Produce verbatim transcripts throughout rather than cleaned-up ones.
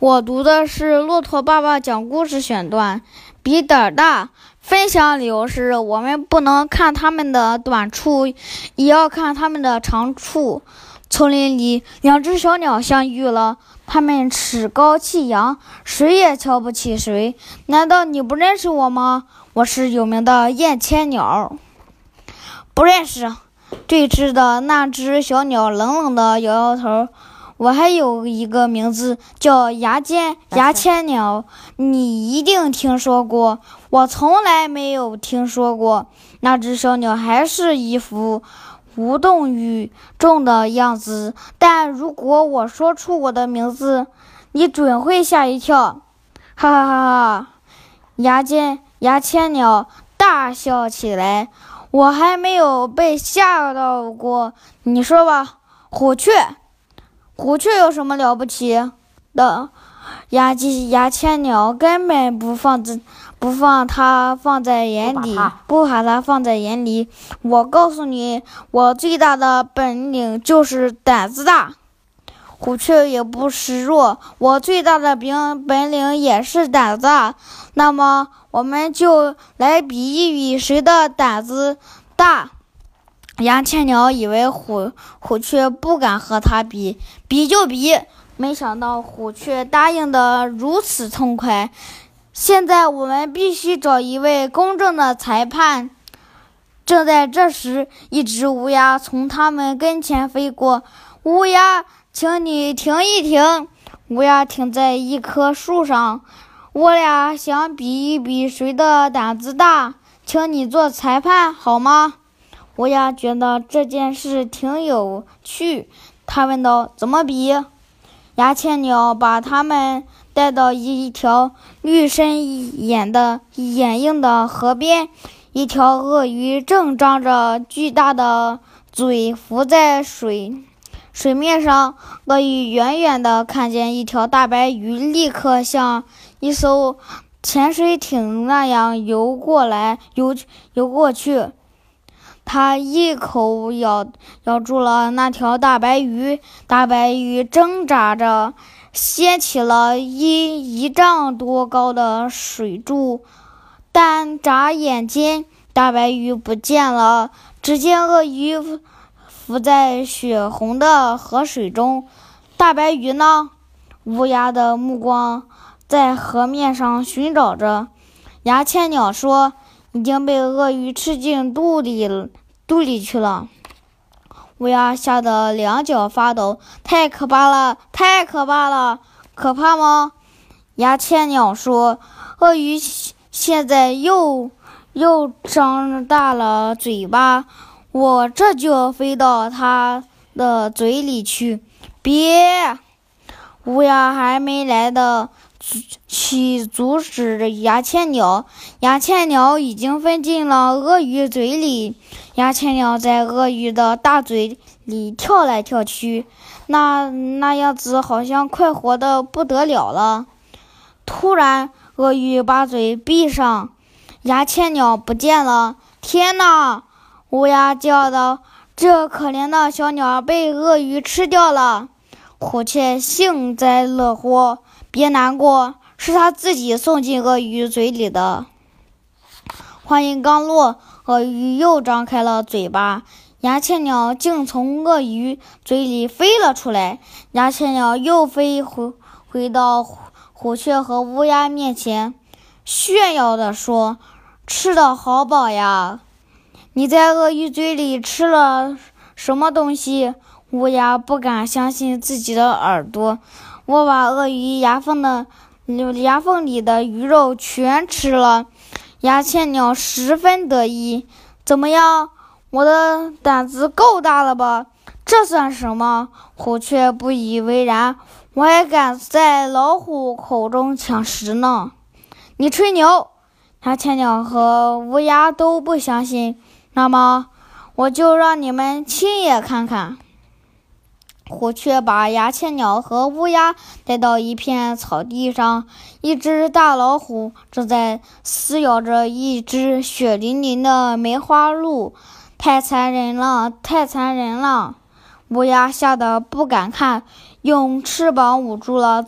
我读的是骆驼爸爸讲故事选段。比胆大。分享理由是，我们不能看他们的短处，也要看他们的长处。丛林里，两只小鸟相遇了，它们趾高气扬，谁也瞧不起谁。难道你不认识我吗？我是有名的燕千鸟。不认识。对峙的那只小鸟冷冷地摇摇头。我还有一个名字叫牙尖牙千鸟，你一定听说过。我从来没有听说过。那只小鸟还是一副无动于衷的样子，但如果我说出我的名字，你准会吓一跳。哈哈哈哈！牙尖牙千鸟大笑起来。我还没有被吓到过。你说吧。虎雀。虎雀有什么了不起的？牙鸡牙千鸟根本不放在不放它放在眼里，不把它放在眼里。我告诉你，我最大的本领就是胆子大。虎雀也不示弱，我最大的本本领也是胆子大。那么，我们就来比一比谁的胆子大。牙千鸟以为虎虎雀不敢和他比，比就比。没想到虎雀答应得如此痛快。现在我们必须找一位公正的裁判。正在这时，一只乌鸦从他们跟前飞过。乌鸦，请你停一停。乌鸦停在一棵树上。我俩想比一比谁的胆子大，请你做裁判好吗？乌鸦觉得这件事挺有趣，他问道：怎么比？牙千鸟把他们带到一条绿深眼的眼映的河边，一条鳄鱼正张着巨大的嘴浮在水水面上。鳄鱼远远地看见一条大白鱼立刻像一艘潜水艇那样游过来游游过去。他一口咬咬住了那条大白鱼，大白鱼挣扎着掀起了一一丈多高的水柱，但眨眼间大白鱼不见了。只见鳄鱼浮在血红的河水中。大白鱼呢？乌鸦的目光在河面上寻找着。牙千鸟说，已经被鳄鱼吃进肚里肚里去了。乌鸦吓得两脚发抖，太可怕了，太可怕了。可怕吗？牙千鸟说，鳄鱼现在又又张大了嘴巴，我这就飞到它的嘴里去。别！乌鸦还没来得去阻止牙千鸟，牙千鸟已经飞进了鳄鱼嘴里。牙千鸟在鳄鱼的大嘴里跳来跳去，那那样子好像快活得不得了了。突然，鳄鱼把嘴闭上，牙千鸟不见了。天哪！乌鸦叫道，这可怜的小鸟被鳄鱼吃掉了。虎雀幸灾乐祸，别难过，是他自己送进鳄鱼嘴里的。话音刚落，鳄鱼又张开了嘴巴，牙千鸟竟从鳄鱼嘴里飞了出来。牙千鸟又飞回回到虎雀和乌鸦面前，炫耀地说：吃得好饱呀！你在鳄鱼嘴里吃了什么东西？乌鸦不敢相信自己的耳朵。我把鳄鱼牙缝的牙缝里的鱼肉全吃了。牙千鸟十分得意。怎么样？我的胆子够大了吧？这算什么？虎雀不以为然。我还敢在老虎口中抢食呢。你吹牛！牙千鸟和乌鸦都不相信。那么，我就让你们亲眼看看。虎雀把牙千鸟和乌鸦带到一片草地上，一只大老虎正在撕咬着一只血淋淋的梅花鹿。太残忍了，太残忍了！乌鸦吓得不敢看，用翅膀捂住了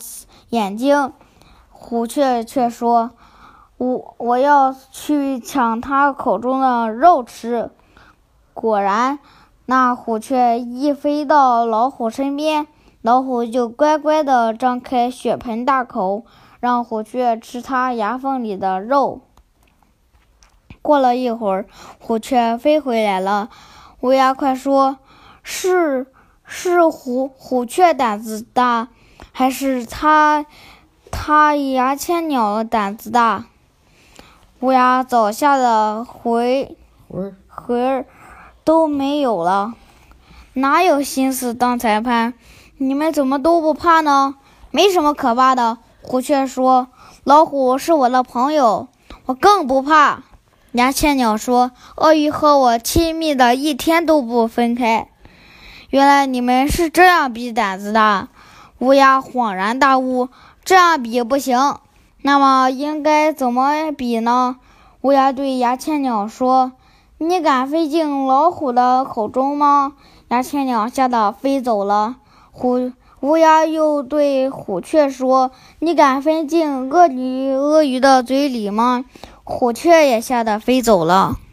眼睛。虎雀却说：“我我要去抢它口中的肉吃。”果然，那虎雀一飞到老虎身边，老虎就乖乖地张开血盆大口，让虎雀吃它牙缝里的肉。过了一会儿，虎雀飞回来了。乌鸦快说：“是是虎虎雀胆子大，还是它它牙签鸟胆子大？”乌鸦早吓得回回儿都没有了，哪有心思当裁判？你们怎么都不怕呢？没什么可怕的。虎雀说：“老虎是我的朋友，我更不怕。”牙签鸟说：“鳄鱼和我亲密的一天都不分开。”原来你们是这样比胆子大。乌鸦恍然大悟，这样比不行，那么应该怎么比呢？乌鸦对牙签鸟说：“你敢飞进老虎的口中吗？”牙签鸟吓得飞走了。虎乌鸦又对虎雀说：“你敢飞进鳄鱼鳄鱼的嘴里吗？”虎雀也吓得飞走了。